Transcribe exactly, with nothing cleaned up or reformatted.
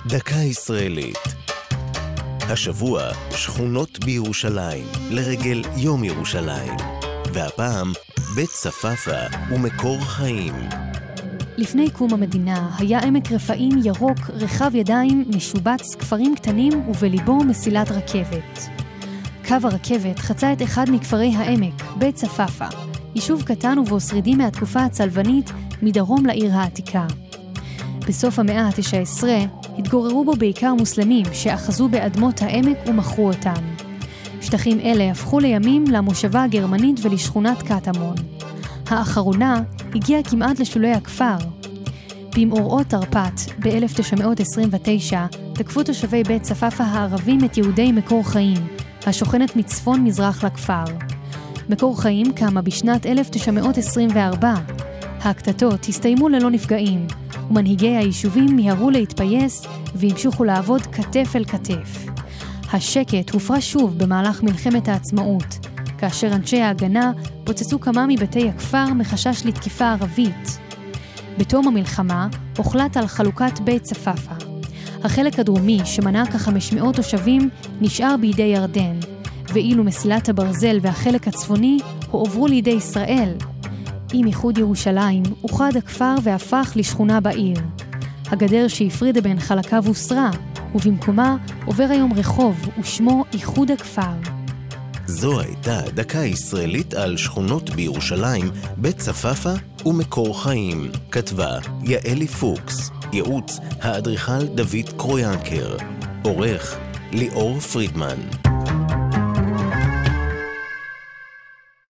דקה ישראלית. השבוע שכונות בירושלים לרגל יום ירושלים, והפעם בית צפאפא ומקור חיים. לפני קום המדינה היה עמק רפאים ירוק, רחב ידיים, משובץ כפרים קטנים ובליבו מסילת רכבת. קו הרכבת חצה את אחד מכפרי העמק, בית צפאפא, יישוב קטן ובו שרידים מהתקופה הצלבנית מדרום לעיר העתיקה. בסוף המאה ה-תשע עשרה התגוררו בו בעיקר מוסלמים שאחזו באדמות העמק ומכרו אותם. שטחים אלה הפכו לימים למושבה הגרמנית ולשכונת קטמון. האחרונה הגיעה כמעט לשולי הכפר. במאורעות תרפ"ט ב-אלף תשע מאות עשרים ותשע תקפו תושבי בית צפאפא הערבים את יהודי מקור חיים, השוכנת מצפון מזרח לכפר. מקור חיים קמה בשנת אלף תשע מאות עשרים וארבע. הקטטות הסתיימו ללא נפגעים, ומנהיגי היישובים מיהרו להתפייס והמשיכו לעבוד כתף אל כתף. השקט הופרה שוב במהלך מלחמת העצמאות, כאשר אנשי ההגנה פוצצו כמה מבתי הכפר מחשש לתקיפה ערבית. בתום המלחמה הוחלט על חלוקת בית צפאפא. החלק הדרומי, שמנה כ-חמש מאות תושבים, נשאר בידי ירדן, ואילו מסילת הברזל והחלק הצפוני הועברו לידי ישראל. עם איחוד ירושלים אוחד הכפר והפך לשכונה בעיר. הגדר שהפרידה בין חלקיו הוסרה, ובמקומה עובר היום רחוב ושמו איחוד הכפר. זו הייתה דקה ישראלית על שכונות בירושלים, בית צפאפא ומקור חיים. כתבה יעלי פוקס, ייעוץ האדריכל דוד קרויאנקר, עורך ליאור פרידמן.